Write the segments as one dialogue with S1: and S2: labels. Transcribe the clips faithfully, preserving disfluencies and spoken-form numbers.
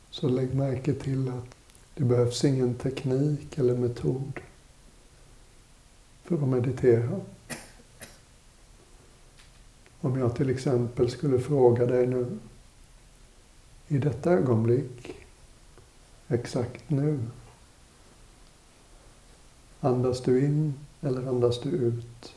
S1: Så lägg märke till att det behövs ingen teknik eller metod för att meditera. Om jag till exempel skulle fråga dig nu, i detta ögonblick, exakt nu, andas du in eller andas du ut?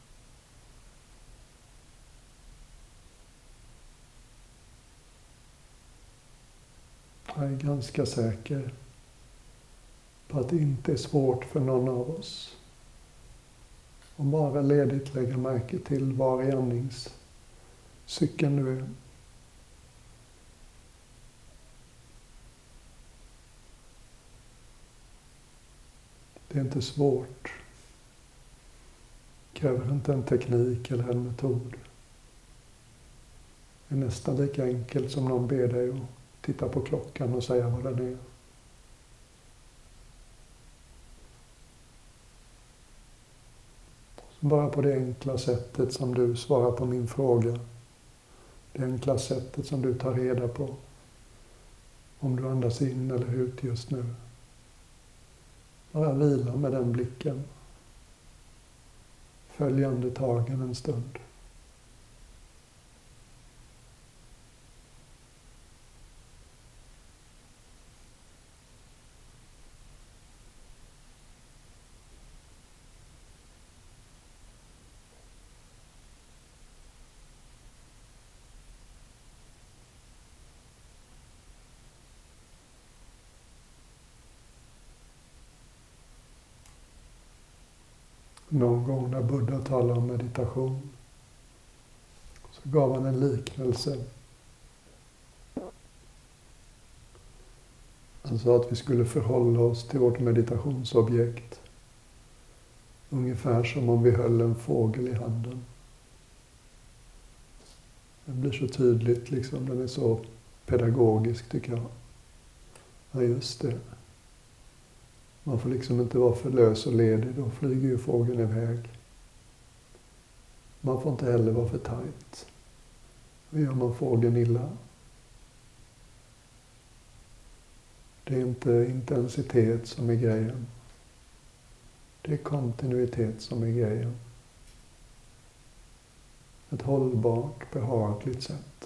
S1: Jag är ganska säker på att det inte är svårt för någon av oss att bara ledigt lägga märke till var i andningscykeln du är. Det är inte svårt. Det kräver inte en teknik eller en metod. Det är nästan lika enkelt som någon ber dig att titta på klockan och säga vad den är. Så bara på det enkla sättet som du svarar på min fråga. Det enkla sättet som du tar reda på om du andas in eller ut just nu. Bara vila med den blicken. Följ andetagen en stund. Någon gång när Buddha talade om meditation så gav han en liknelse. Han sa att vi skulle förhålla oss till vårt meditationsobjekt ungefär som om vi höll en fågel i handen. Det blir så tydligt, liksom, den är så pedagogisk tycker jag. Ja, just det. Man får liksom inte vara för lös och ledig, då flyger ju fågeln iväg. Man får inte heller vara för tajt. Då gör man fågeln illa. Det är inte intensitet som är grejen. Det är kontinuitet som är grejen. Ett hållbart, behagligt sätt.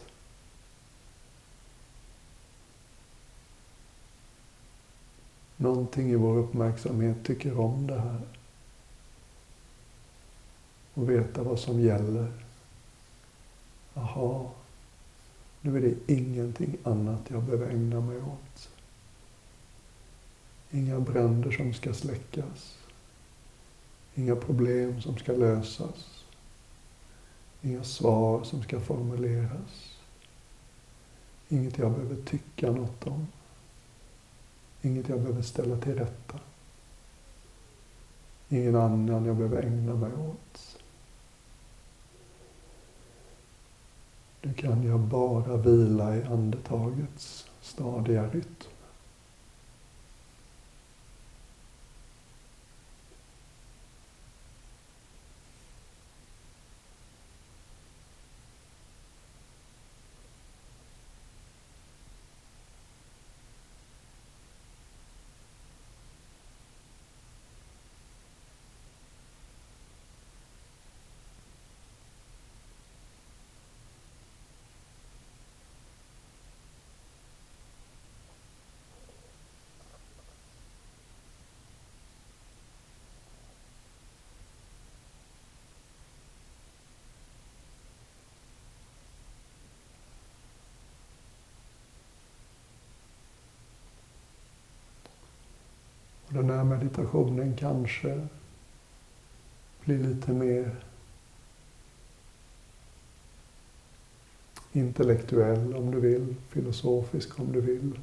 S1: Någonting i vår uppmärksamhet tycker om det här. Och veta vad som gäller. Aha, nu är det ingenting annat jag behöver ägna mig åt. Inga bränder som ska släckas. Inga problem som ska lösas. Inga svar som ska formuleras. Inget jag behöver tycka något om. Inget jag behöver ställa till rätta. Ingen annan jag behöver ägna mig åt. Nu kan jag bara vila i andetagets stadiga rytm. Den här meditationen kanske blir lite mer intellektuell om du vill, filosofisk om du vill.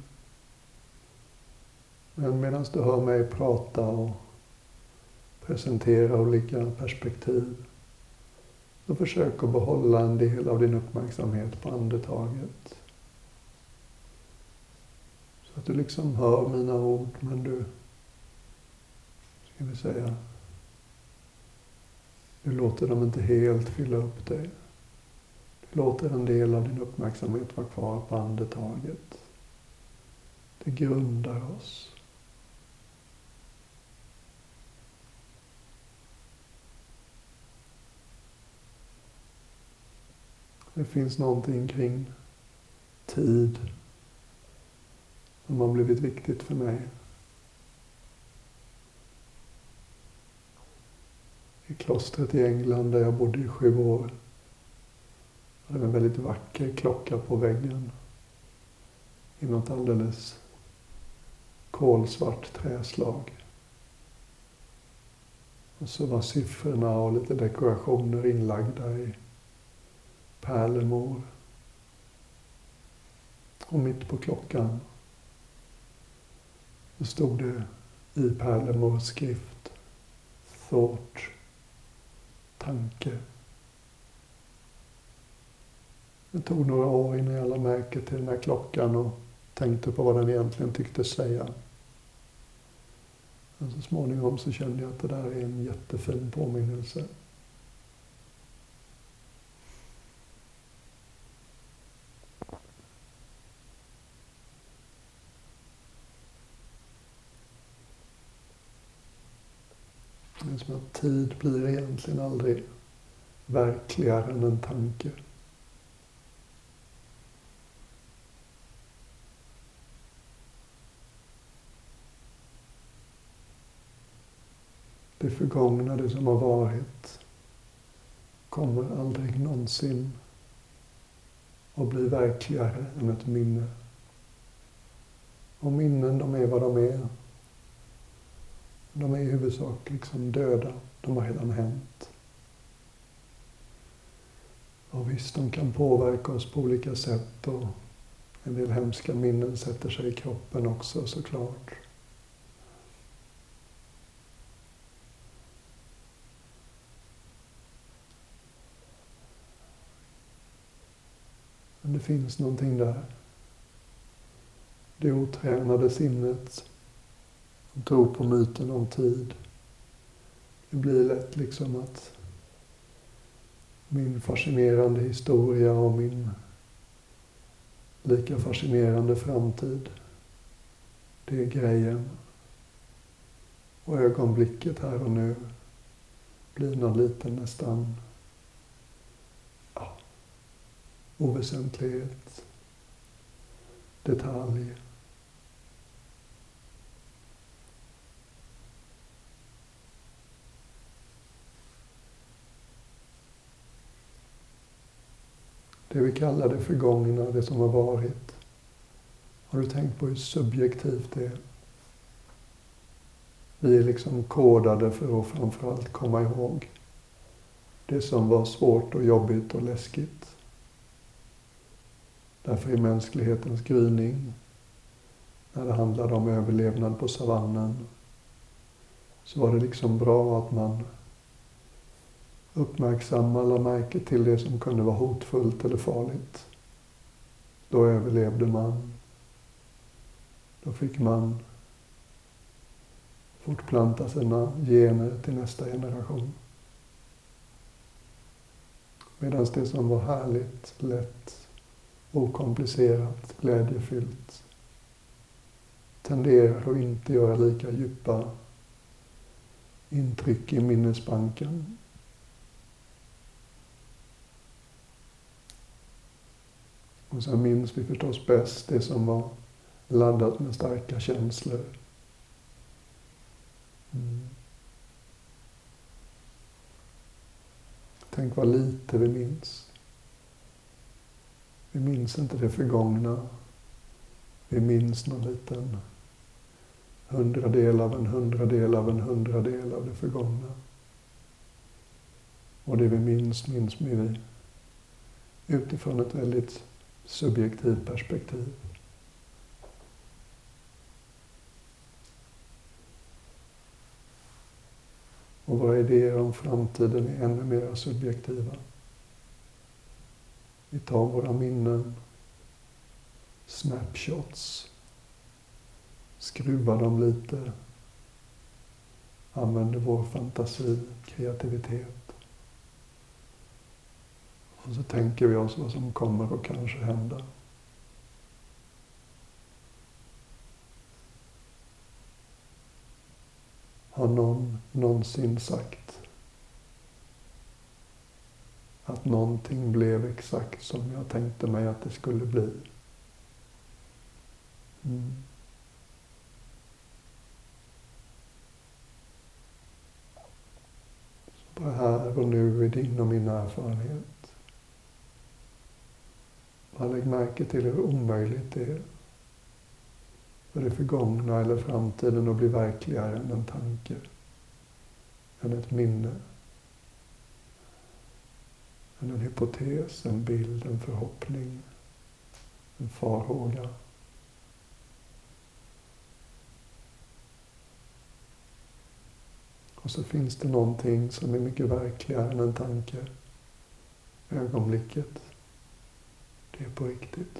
S1: Men medan du hör mig prata och presentera olika perspektiv, så försök att behålla en del av din uppmärksamhet på andetaget. Så att du liksom hör mina ord, men du ska vi säga, du låter dem inte helt fylla upp dig. Du låter en del av din uppmärksamhet vara kvar på andetaget. Det grundar oss. Det finns någonting kring tid som har blivit viktigt för mig. I klostret i England där jag bodde i sju år var det en väldigt vacker klocka på väggen i något alldeles kolsvart träslag. Och så var siffrorna och lite dekorationer inlagda i pärlemor. Och mitt på klockan så stod det i pärlemors skrift thought, tanke. Det tog några år innan jag lade märke till den här klockan och tänkte på vad den egentligen tyckte säga. Men så småningom så kände jag att det där är en jättefin påminnelse. Det är som att tid blir egentligen aldrig verkligare än en tanke. Det förgångna, det som har varit, kommer aldrig någonsin att bli verkligare än ett minne. Och minnen, de är vad de är. De är i huvudsak liksom döda. De har redan hänt. Och visst, de kan påverka oss på olika sätt och en del hemska minnen sätter sig i kroppen också, såklart. Men det finns någonting där. Det otränade sinnet som tror på myten om tid. Det blir lätt liksom att min fascinerande historia och min lika fascinerande framtid, det är grejen. Och ögonblicket här och nu blir någon liten nästan ja, oväsentlighet, detalj. Det vi kallar det förgångna, det som har varit. Har du tänkt på hur subjektivt det är? Vi är liksom kodade för att framförallt komma ihåg det som var svårt och jobbigt och läskigt. Därför i mänsklighetens gryning, när det handlade om överlevnad på savannen, så var det liksom bra att man uppmärksammade och lade märke till det som kunde vara hotfullt eller farligt. Då överlevde man. Då fick man fortplanta sina gener till nästa generation. Medan det som var härligt, lätt, okomplicerat, glädjefyllt tenderar att inte göra lika djupa intryck i minnesbanken. Och sen minns vi förstås bäst det som var laddat med starka känslor. Mm. Tänk vad lite vi minns. Vi minns inte det förgångna. Vi minns någon liten hundradel av en hundradel av en hundradel av det förgångna. Och det vi minns, minns vi utifrån ett väldigt subjektivt perspektiv. Och våra idéer om framtiden är ännu mer subjektiva. Vi tar våra minnen, snapshots, skruvar dem lite, använder vår fantasi, kreativitet. Och så tänker vi oss vad som kommer att kanske hända. Har någon någonsin sagt att någonting blev exakt som jag tänkte mig att det skulle bli? Mm. Så bara här och nu i din och min erfarenhet. Man lägger märke till hur omöjligt det är för det förgångna eller framtiden att bli verkligare än en tanke, än ett minne, än en hypotes, en bild, en förhoppning, en farhåga. Och så finns det någonting som är mycket verkligare än en tanke. Ögonblicket. Det är på riktigt.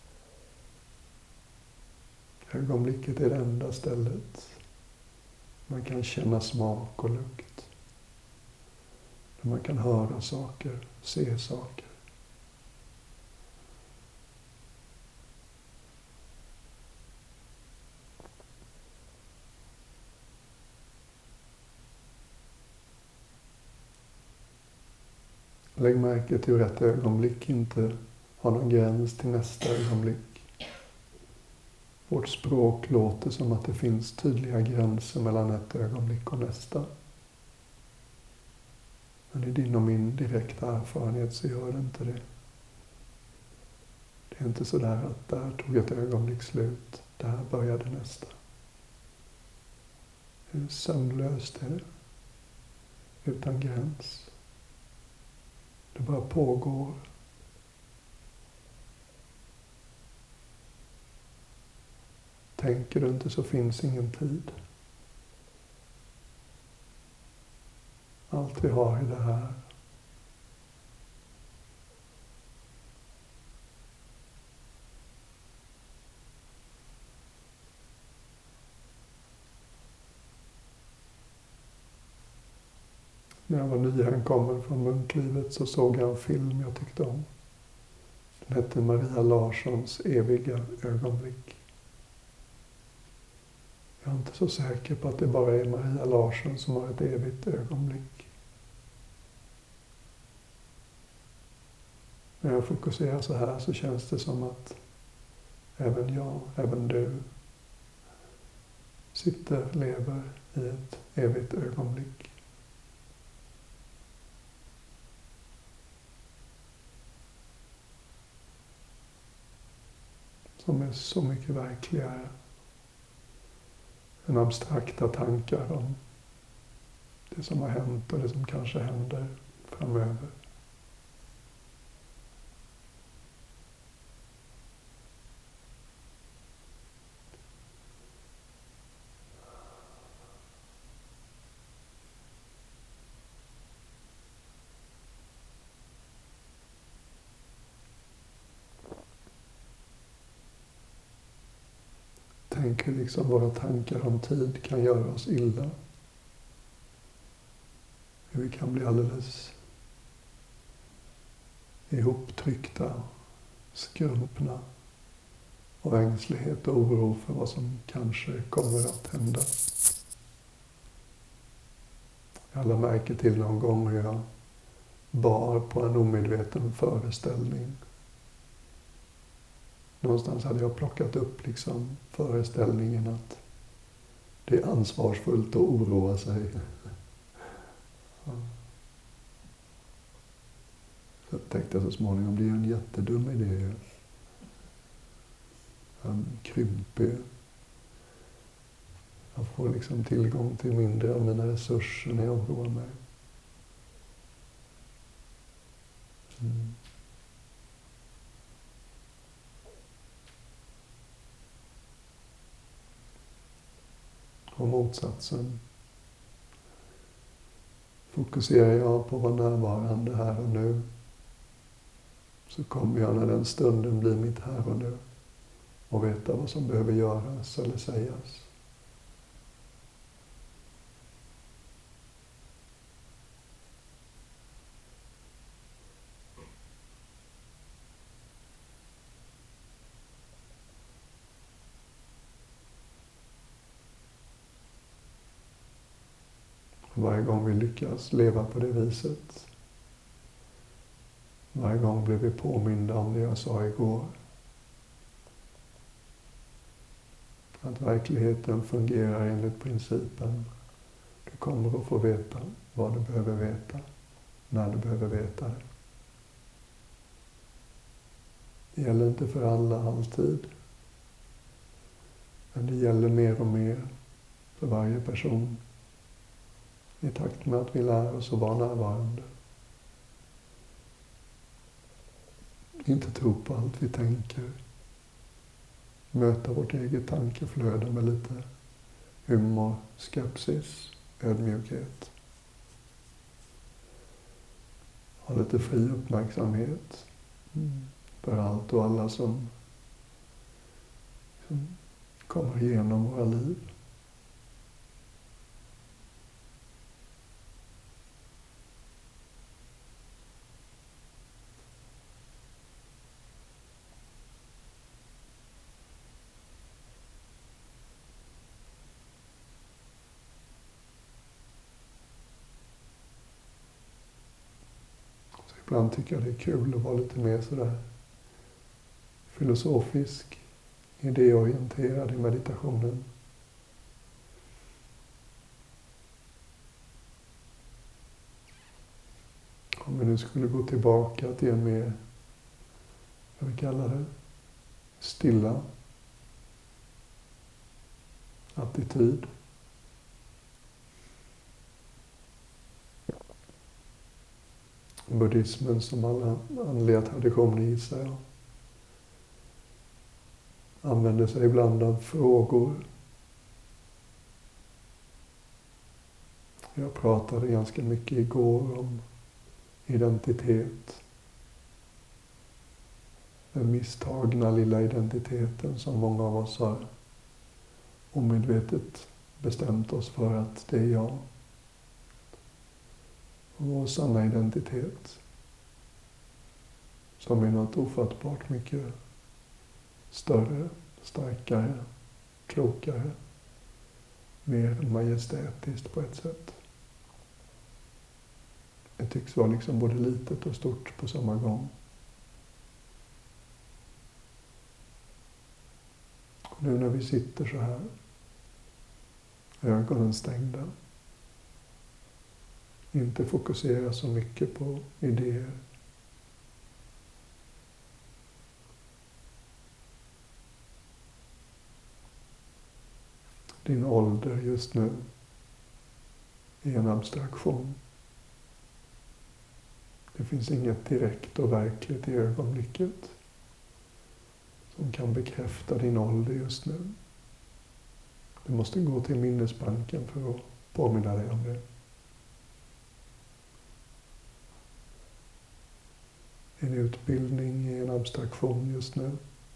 S1: Ögonblicket är det enda stället man kan känna smak och lukt. Där man kan höra saker, se saker. Lägg märke till hur ett ögonblick inte har någon gräns till nästa ögonblick. Vårt språk låter som att det finns tydliga gränser mellan ett ögonblick och nästa. Men i din och min direkta erfarenhet så gör det inte det. Det är inte så där att där tog ett ögonblick slut, där började nästa. Hur sömnlöst är det? Utan gräns. Det bara pågår. Tänker du inte så finns ingen tid. Allt vi har är det här. När jag var nyhemkommen från munklivet så såg jag en film jag tyckte om. Den hette Maria Larssons eviga ögonblick. Jag är inte så säker på att det bara är Maria Larsson som har ett evigt ögonblick. När jag fokuserar så här så känns det som att även jag, även du, sitter, lever i ett evigt ögonblick. Som är så mycket verkligare än abstrakta tankar om det som har hänt och det som kanske händer framöver. Tänk hur liksom våra tankar om tid kan göra oss illa. Hur vi kan bli alldeles ihoptryckta, skrumpna av ängslighet och oro för vad som kanske kommer att hända. Jag lade märke till någon gång hur jag bar på en omedveten föreställning. Någonstans hade jag plockat upp liksom föreställningen att det är ansvarsfullt att oroa sig. Ja. Så tänkte jag så småningom, det är en jättedum idé. Jag krymper. Jag får liksom tillgång till mindre av mina resurser när jag oroar mig. Mm. Och motsatsen. Fokuserar jag på att vara närvarande här och nu, så kommer jag när den stunden blir mitt här och nu och veta vad som behöver göras eller sägas. Varje gång vi lyckas leva på det viset, varje gång blir vi påminda om det jag sa igår. Att verkligheten fungerar enligt principen. Du kommer att få veta vad du behöver veta, när du behöver veta det. Det gäller inte för alla alltid. Men det gäller mer och mer för varje person i takt med att vi lär oss att vara närvarande. Inte tro på allt vi tänker. Möta vårt eget tankeflöde med lite humor, skepsis, ödmjukhet. Ha lite fri uppmärksamhet för allt och alla som, som kommer igenom våra liv. Ibland tycker jag det är kul att vara lite mer sådär filosofisk, idéorienterad i meditationen. Om vi nu skulle gå tillbaka till en mer, vad vi kallar det, stilla attityd. Buddhismen som alla andliga traditioner i sig använder sig ibland av frågor. Jag pratade ganska mycket igår om identitet. Den misstagna lilla identiteten som många av oss har omedvetet bestämt oss för att det är jag. Vår sanna identitet som är något ofattbart mycket större, starkare, klokare, mer majestätiskt på ett sätt. Det tycks vara liksom både litet och stort på samma gång. Och nu när vi sitter så här, ögonen stängda, inte fokusera så mycket på idéer. Din ålder just nu är en abstraktion. Det finns inget direkt och verkligt i ögonblicket som kan bekräfta din ålder just nu. Du måste gå till minnesbanken för att påminna dig om det. En utbildning är en abstraktion just nu.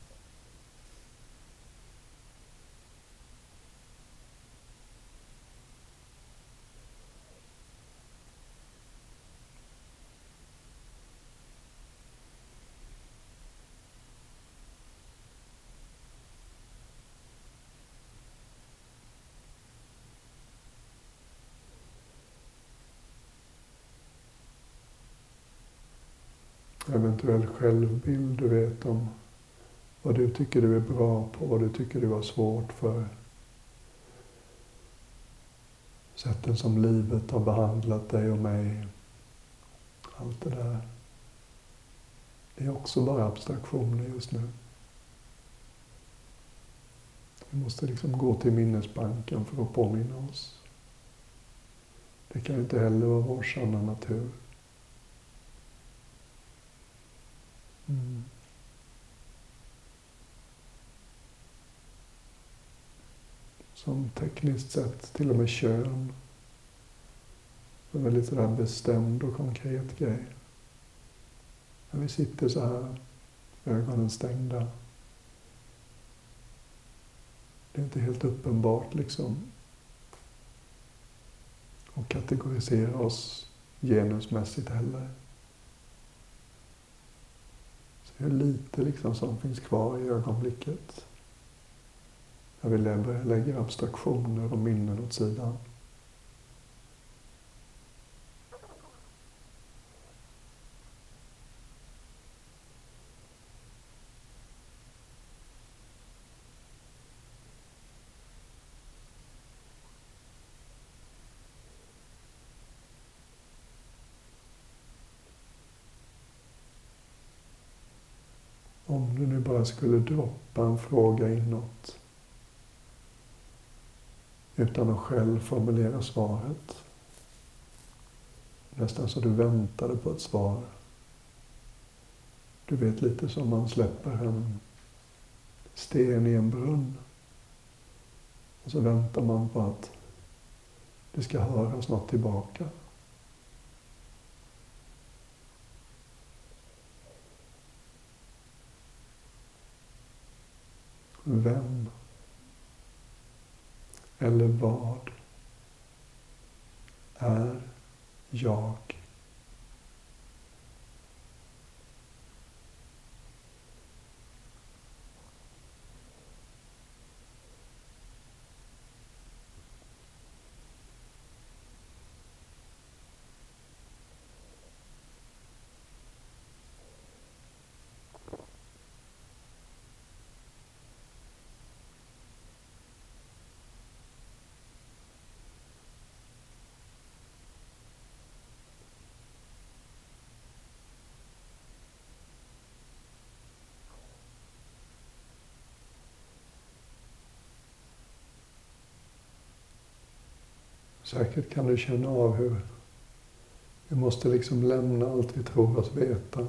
S1: Eventuell självbild, du vet om vad du tycker du är bra på, vad du tycker du har svårt för. Sätten som livet har behandlat dig och mig. Allt det där. Det är också bara abstraktioner just nu. Vi måste liksom gå till minnesbanken för att påminna oss. Det kan inte heller vara vår sanna natur. Mm. Som tekniskt sett till och med kön. En väldigt sådär bestämd och konkret grej. När vi sitter så här, ögonen stängda. Det är inte helt uppenbart liksom att kategorisera oss genusmässigt heller. Så det är lite liksom som finns kvar i ögonblicket. När vi lägger abstraktioner och minnen åt sidan. bara skulle droppa en fråga inåt utan att själv formulera svaret. Nästan så du väntade på ett svar. Du vet, lite som man släpper en sten i en brunn. Och så väntar man på att det ska höras något tillbaka. Vem eller vad är jag? Säkert kan du känna av hur vi måste liksom lämna allt vi tror oss veta.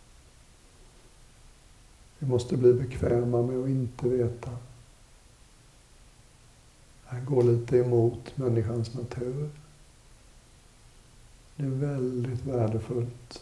S1: Vi måste bli bekväma med att inte veta. Det här går lite emot människans natur. Det är väldigt värdefullt.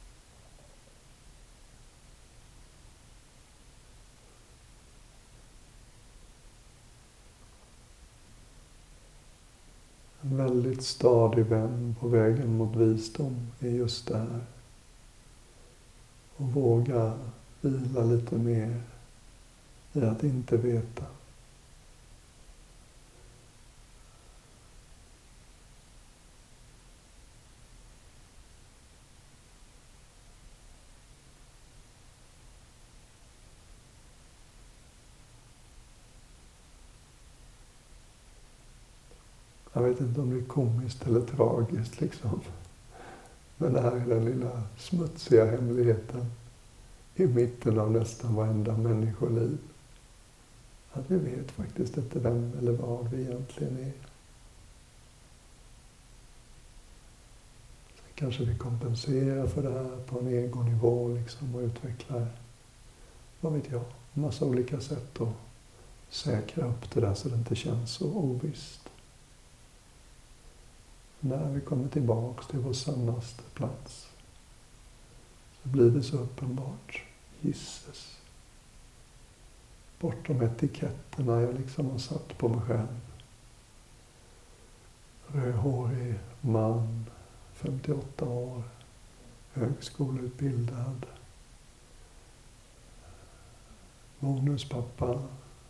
S1: En väldigt stadig vän på vägen mot visdom är just det här. Och våga vila lite mer i att inte veta. Jag vet inte om det är komiskt eller tragiskt liksom. Men det här är den lilla smutsiga hemligheten i mitten av nästan varenda människoliv. Att vi vet faktiskt inte vem eller vad vi egentligen är. Sen kanske vi kompenserar för det här på en egonivå liksom och utvecklar, vad vet jag, en massa olika sätt att säkra upp det där så det inte känns så ovisst. När vi kommer tillbaks till vår sannaste plats så blir det så uppenbart. Gisses. Bortom etiketterna jag liksom har satt på mig själv. Rödhårig man, femtioåtta år, högskoleutbildad, bonuspappa,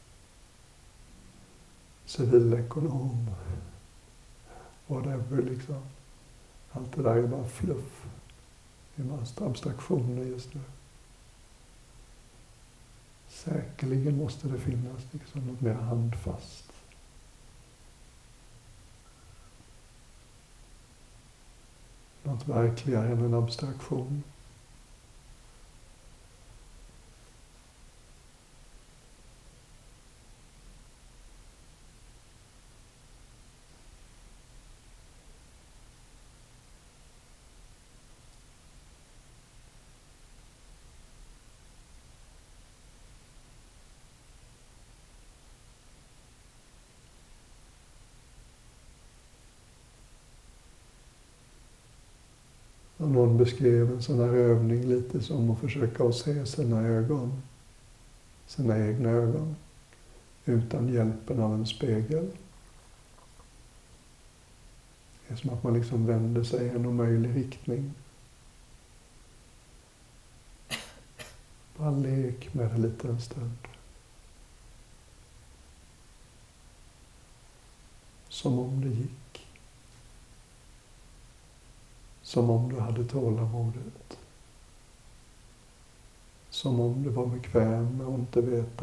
S1: civilekonom. Whatever liksom. Allt det där är bara fluff. Det är mest abstraktioner just nu. Säkerligen måste det finnas liksom något mer handfast. Något verkligare än en abstraktion. Och någon beskrev en sån här övning lite som att försöka att se sina ögon, sina egna ögon, utan hjälpen av en spegel. Det är som att man liksom vänder sig i en omöjlig riktning. Bara lek med det lite en stund. Som om det gick. Som om du hade tålamodet. Som om du var bekväm med att inte veta.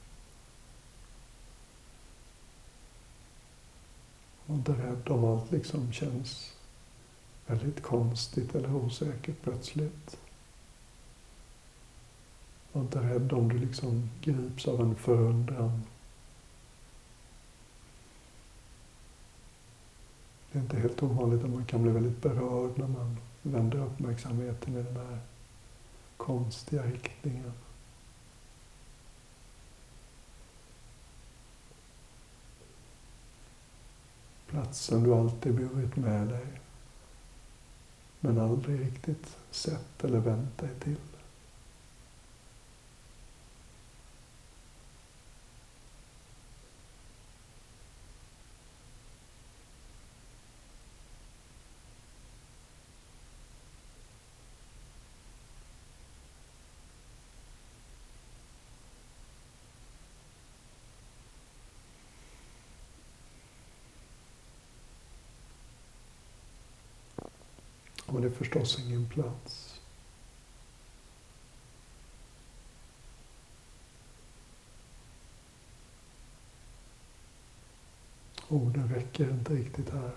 S1: Och inte rädd om allt liksom känns väldigt konstigt eller osäkert plötsligt. Var inte rädd om du liksom grips av en förundran. Det är inte helt ovanligt att man kan bli väldigt berörd när man vänder uppmärksamheten i den här konstiga riktningen. Platsen du alltid burit med dig, men aldrig riktigt sett eller vänt dig till. Och det är förstås ingen plats. Orden räcker inte riktigt här.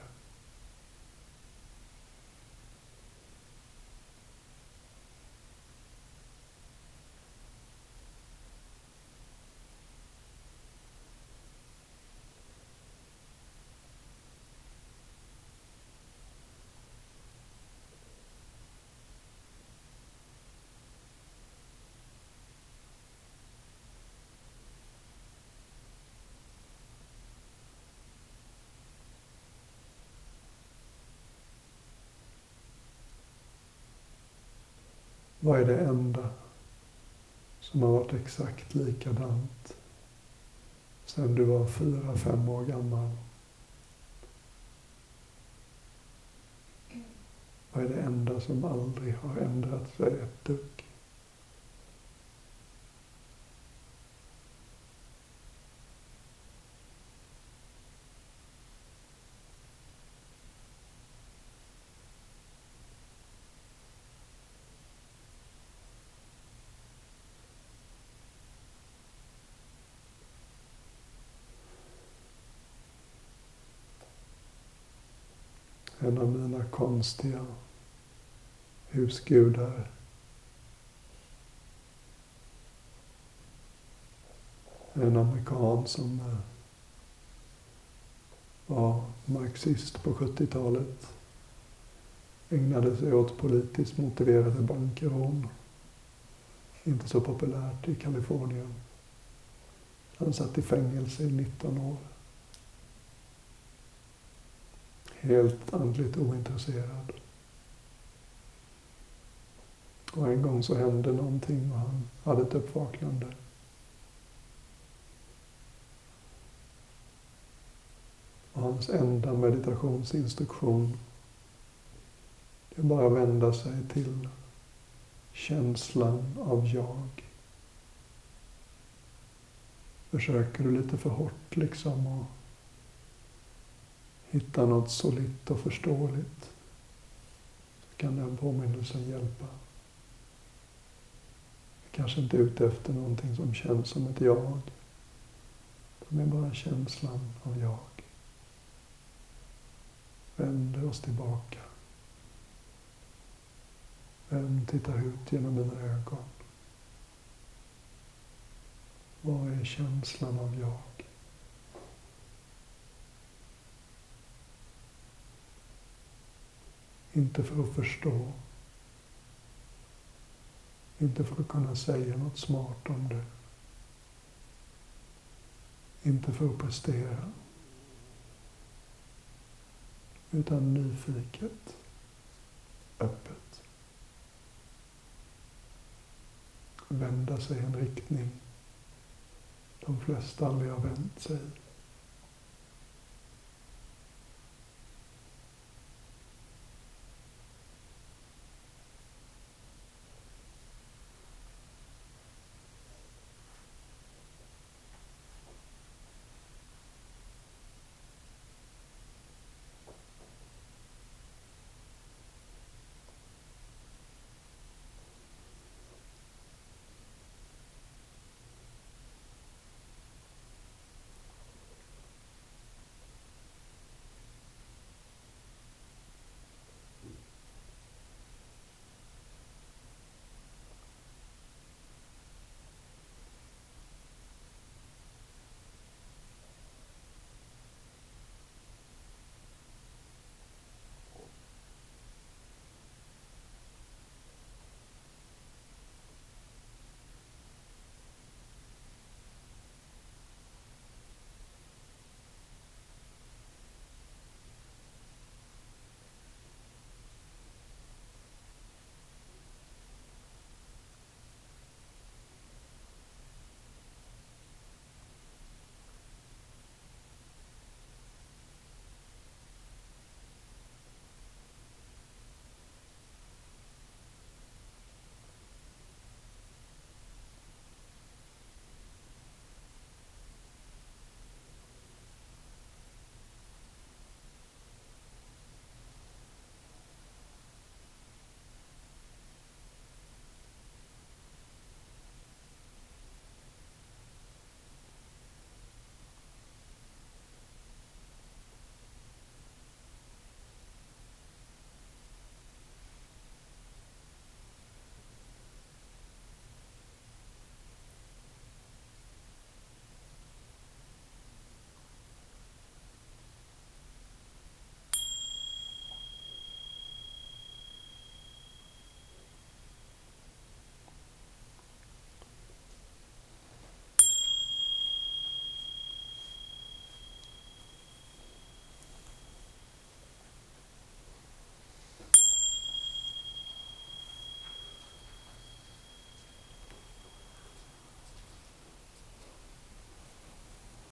S1: Vad är det enda som har varit exakt likadant sedan du var fyra, fem år gammal? Vad är det enda som aldrig har ändrat sig ett dugg? En av mina konstiga husgudar. En amerikan som var marxist på sjuttiotalet. Ägnade sig åt politiskt motiverade bankrån. Inte så populärt i Kalifornien. Han satt i fängelse i nitton år. Helt andligt ointresserad. Och en gång så hände någonting och han hade ett uppvaknande. Och hans enda meditationsinstruktion är bara att vända sig till känslan av jag. Försöker du lite för hårt liksom att hitta något solitt och förståeligt, så kan den påminnelsen hjälpa. Jag kanske inte är ute efter någonting som känns som ett jag. Det är bara känslan av jag. Vänder oss tillbaka. Vem tittar ut genom mina ögon? Vad är känslan av jag? Inte för att förstå. Inte för att kunna säga något smart om det. Inte för att prestera. Utan nyfiket. Öppet. Vända sig i en riktning de flesta aldrig har vänt sig.